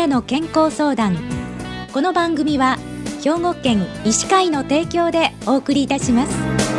なの健康相談。この番組は兵庫県医師会の提供でお送りいたします。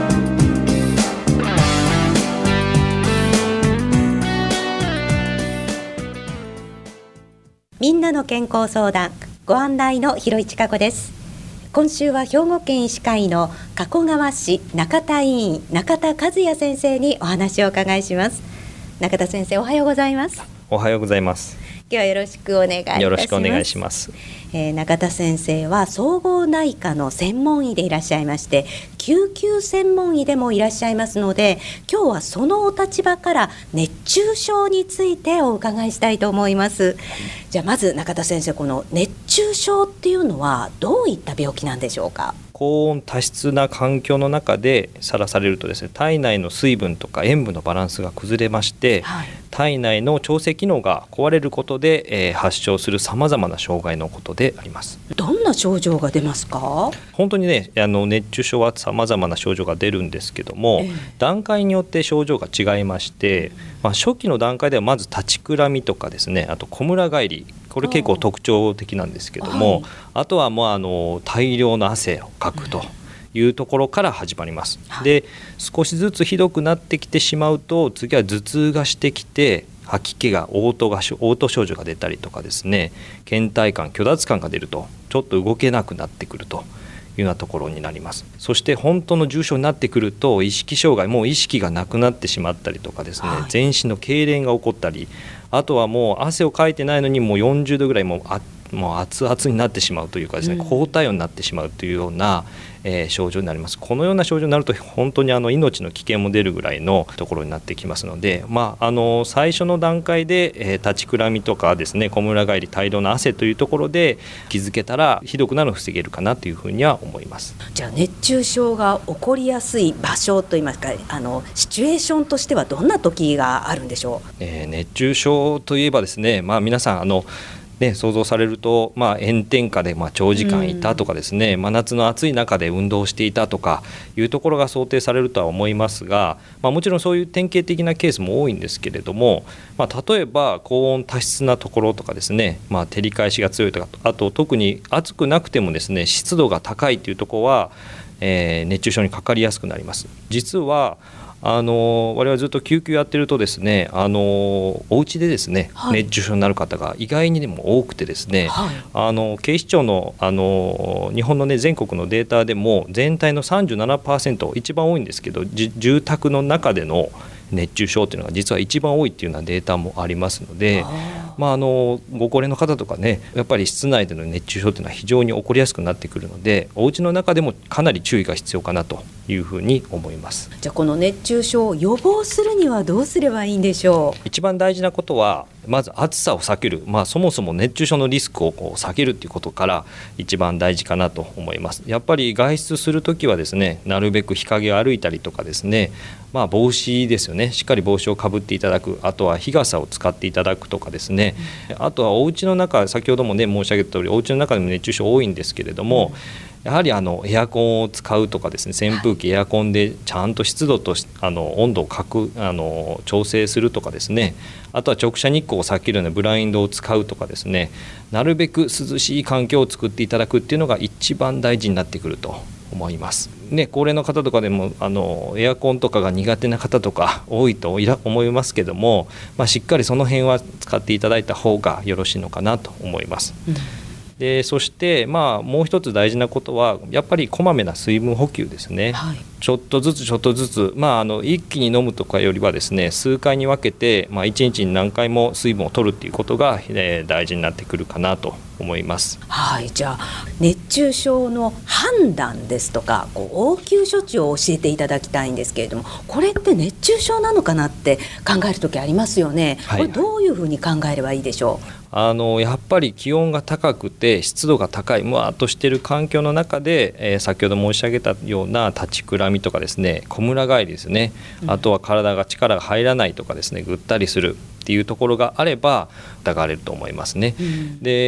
みんなの健康相談、ご案内の広市加子です。今週は兵庫県医師会の加古川市中田医院中田和也先生にお話をお伺いします。中田先生、おはようございます。 おはようございます。 今日はよろしくお願いいたします。 よろしくお願いします。 中田先生は総合内科の専門医でいらっしゃいまして、救急専門医でもいらっしゃいますので、今日はそのお立場から熱中症についてお伺いしたいと思います。じゃあまず中田先生、この熱中症っていうのはどういった病気なんでしょうか？ 高温多湿な環境の中でさらされるとですね、体内の水分とか塩分のバランスが崩れまして、体内の調整機能が壊れることで、発症するさまざまな障害のことであります。 どんな症状が出ますか？ 本当にね、熱中症はさまざまな症状が出るんですけども、段階によって症状が違いまして、初期の段階ではまず立ちくらみとかですね、あとこむら返り、これ結構特徴的なんですけども、あとはもう大量の汗をかくというところから始まります。で、少しずつひどくなってきてしまうと、次は頭痛がしてきて、吐き気が嘔吐症状が出たりとかですね、倦怠感、虚脱感が出ると、ちょっと動けなくなってくるというようなところになります。そして本当の重症になってくると、意識障害、もう意識がなくなってしまったりとかですね、全身の痙攣が起こったり、あとはもう汗をかいてないのにもう40度ぐらいもう熱々になってしまうというかですね、高体温になってしまうというような、症状になります。このような症状になると本当に命の危険も出るぐらいのところになってきますので、最初の段階で、立ちくらみとかですね、こむら返り、大量の汗というところで気づけたらひどくなるのを防げるかなというふうには思います。 じゃあ熱中症が起こりやすい場所といいますか、シチュエーションとしてはどんな時があるんでしょう？ 熱中症といえばですね、皆さん想像されると、炎天下で長時間いたとかですね、真夏の暑い中で運動していたとかいうところが想定されるとは思いますが、もちろんそういう典型的なケースも多いんですけれども、例えば高温多湿なところとかですね、照り返しが強いとか、あと特に暑くなくてもですね、湿度が高いというところは、熱中症にかかりやすくなります。実は我々ずっと救急やってるとですね、お家でですね、熱中症になる方が意外にでも多くてですね、警視庁の、日本の、全国のデータでも全体の 37%、一番多いんですけど、住宅の中での熱中症というのが実は一番多いというようなデータもありますので、ご高齢の方とかね、やっぱり室内での熱中症というのは非常に起こりやすくなってくるので、お家の中でもかなり注意が必要かなというふうに思います。 じゃあこの熱中症を予防するにはどうすればいいんでしょう？ 一番大事なことはまず暑さを避ける、そもそも熱中症のリスクを避けるということから一番大事かなと思います。やっぱり外出するときはですね、なるべく日陰を歩いたりとかですね、帽子ですよね、しっかり帽子をかぶっていただく、あとは日傘を使っていただくとかですね、あとはお家の中、先ほどもね申し上げた通り、お家の中でも熱中症多いんですけれども、やはりエアコンを使うとかですね、扇風機、エアコンでちゃんと湿度と温度を調整するとかですね、あとは直射日光を避けるようなブラインドを使うとかですね、なるべく涼しい環境を作っていただくっていうのが一番大事になってくると思います。高齢の方とかでもエアコンとかが苦手な方とか多いと思いますけども、しっかりその辺は使っていただいた方がよろしいのかなと思います。でそしてもう一つ大事なことはやっぱりこまめな水分補給ですね。ちょっとずつ一気に飲むとかよりはですね、数回に分けて、1日に何回も水分を取るっていうことが、大事になってくるかなと思います。 じゃあ熱中症の判断ですとか応急処置を教えていただきたいんですけれども、これって熱中症なのかなって考えるときありますよね。これどういうふうに考えればいいでしょう？ やっぱり気温が高くて湿度が高いむわっとしている環境の中で、先ほど申し上げたような立ちくらみとかですね、こむら返りですね、あとは体が力が入らないとかですね、ぐったりするっていうところがあれば疑われると思いますね。で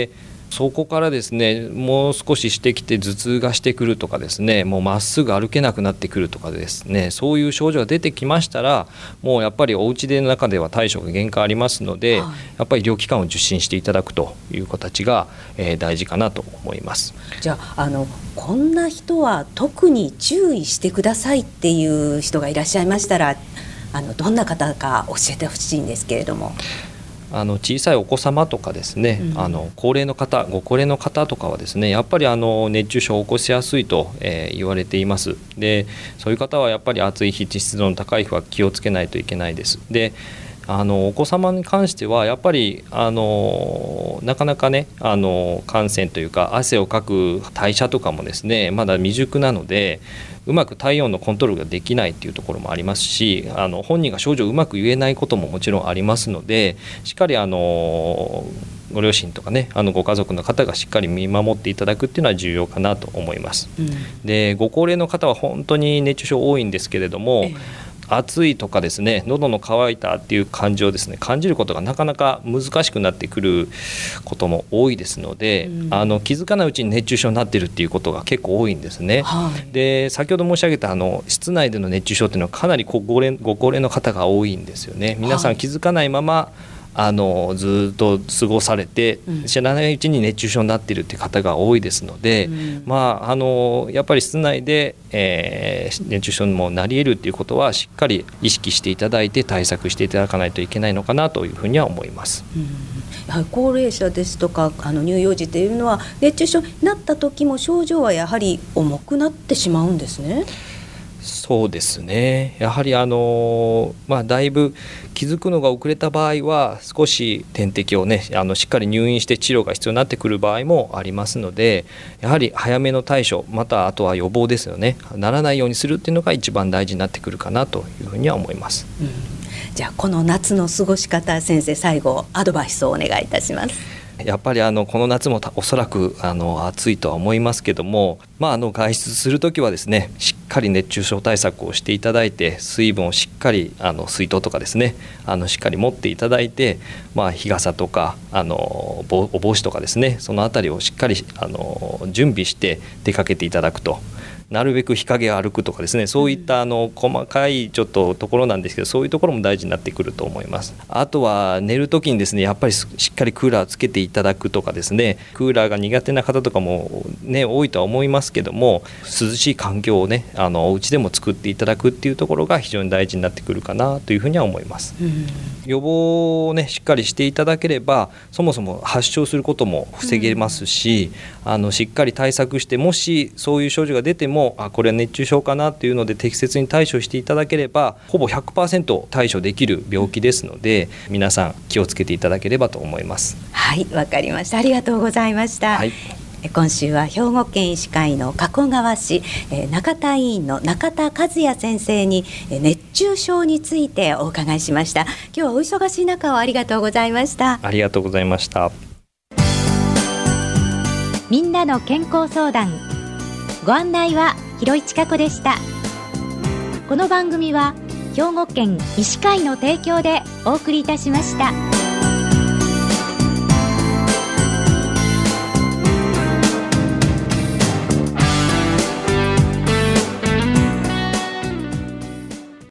そこからですねもう少ししてきて頭痛がしてくるとかですね、もうまっすぐ歩けなくなってくるとかですね、そういう症状が出てきましたら、もうやっぱりお家での中では対処が限界ありますので、やっぱり医療機関を受診していただくという形が、大事かなと思います。 じゃあ、こんな人は特に注意してくださいっていう人がいらっしゃいましたら、どんな方か教えてほしいんですけれども。 小さいお子様とかですね、高齢の方、ご高齢の方とかはですね、やっぱり熱中症を起こしやすいと、言われています。で、そういう方はやっぱり暑い日、湿度の高い日は気をつけないといけないです。で、お子様に関してはやっぱりなかなかね汗腺というか汗をかく代謝とかもですねまだ未熟なので、うまく体温のコントロールができないっていうところもありますし、本人が症状をうまく言えないことももちろんありますので、しっかりご両親とかねご家族の方がしっかり見守っていただくっていうのは重要かなと思います。で、ご高齢の方は本当に熱中症多いんですけれども、暑いとかですね喉の渇いたっていう感情をですね感じることがなかなか難しくなってくることも多いですので、気づかないうちに熱中症になっているっていうことが結構多いんですね。で、先ほど申し上げた室内での熱中症っていうのはかなりご高齢の方が多いんですよね。皆さん気づかないままずっと過ごされて、知らないうちに熱中症になっているという方が多いですので、やっぱり室内で、熱中症にもなり得るということはしっかり意識していただいて対策していただかないといけないのかなというふうには思います。 やはり高齢者ですとか乳幼児というのは熱中症になった時も症状はやはり重くなってしまうんですね。 そうですね、やはりだいぶ気づくのが遅れた場合は少し点滴をねしっかり入院して治療が必要になってくる場合もありますので、やはり早めの対処、またあとは予防ですよね、ならないようにするっていうのが一番大事になってくるかなというふうには思います。 じゃあこの夏の過ごし方、先生最後アドバイスをお願いいたします。 やっぱりこの夏もおそらく暑いとは思いますけども、外出するときはですねしっかり熱中症対策をしていただいて、水分をしっかり水筒とかですねしっかり持っていただいて、日傘とかお帽子とかですね、そのあたりをしっかり準備して出かけていただくと。なるべく日陰を歩くとかですね、そういった細かいちょっとところなんですけど、そういうところも大事になってくると思います。あとは寝るときにですねやっぱりしっかりクーラーをつけていただくとかですね、クーラーが苦手な方とかもね多いとは思いますけども、涼しい環境をねお家でも作っていただくっていうところが非常に大事になってくるかなというふうには思います。予防をねしっかりしていただければ、そもそも発症することも防げますし、しっかり対策して、もしそういう症状が出てもこれは熱中症かなというので適切に対処していただければ、ほぼ 100% 対処できる病気ですので、皆さん気をつけていただければと思います。 はい、わかりました。ありがとうございました。今週は兵庫県医師会の加古川市中田医院の中田和也先生に熱中症についてお伺いしました。今日はお忙しい中をありがとうございました。 ありがとうございました。 みんなの健康相談、ご案内は広市加子でした。この番組は兵庫県医師会の提供でお送りいたしました。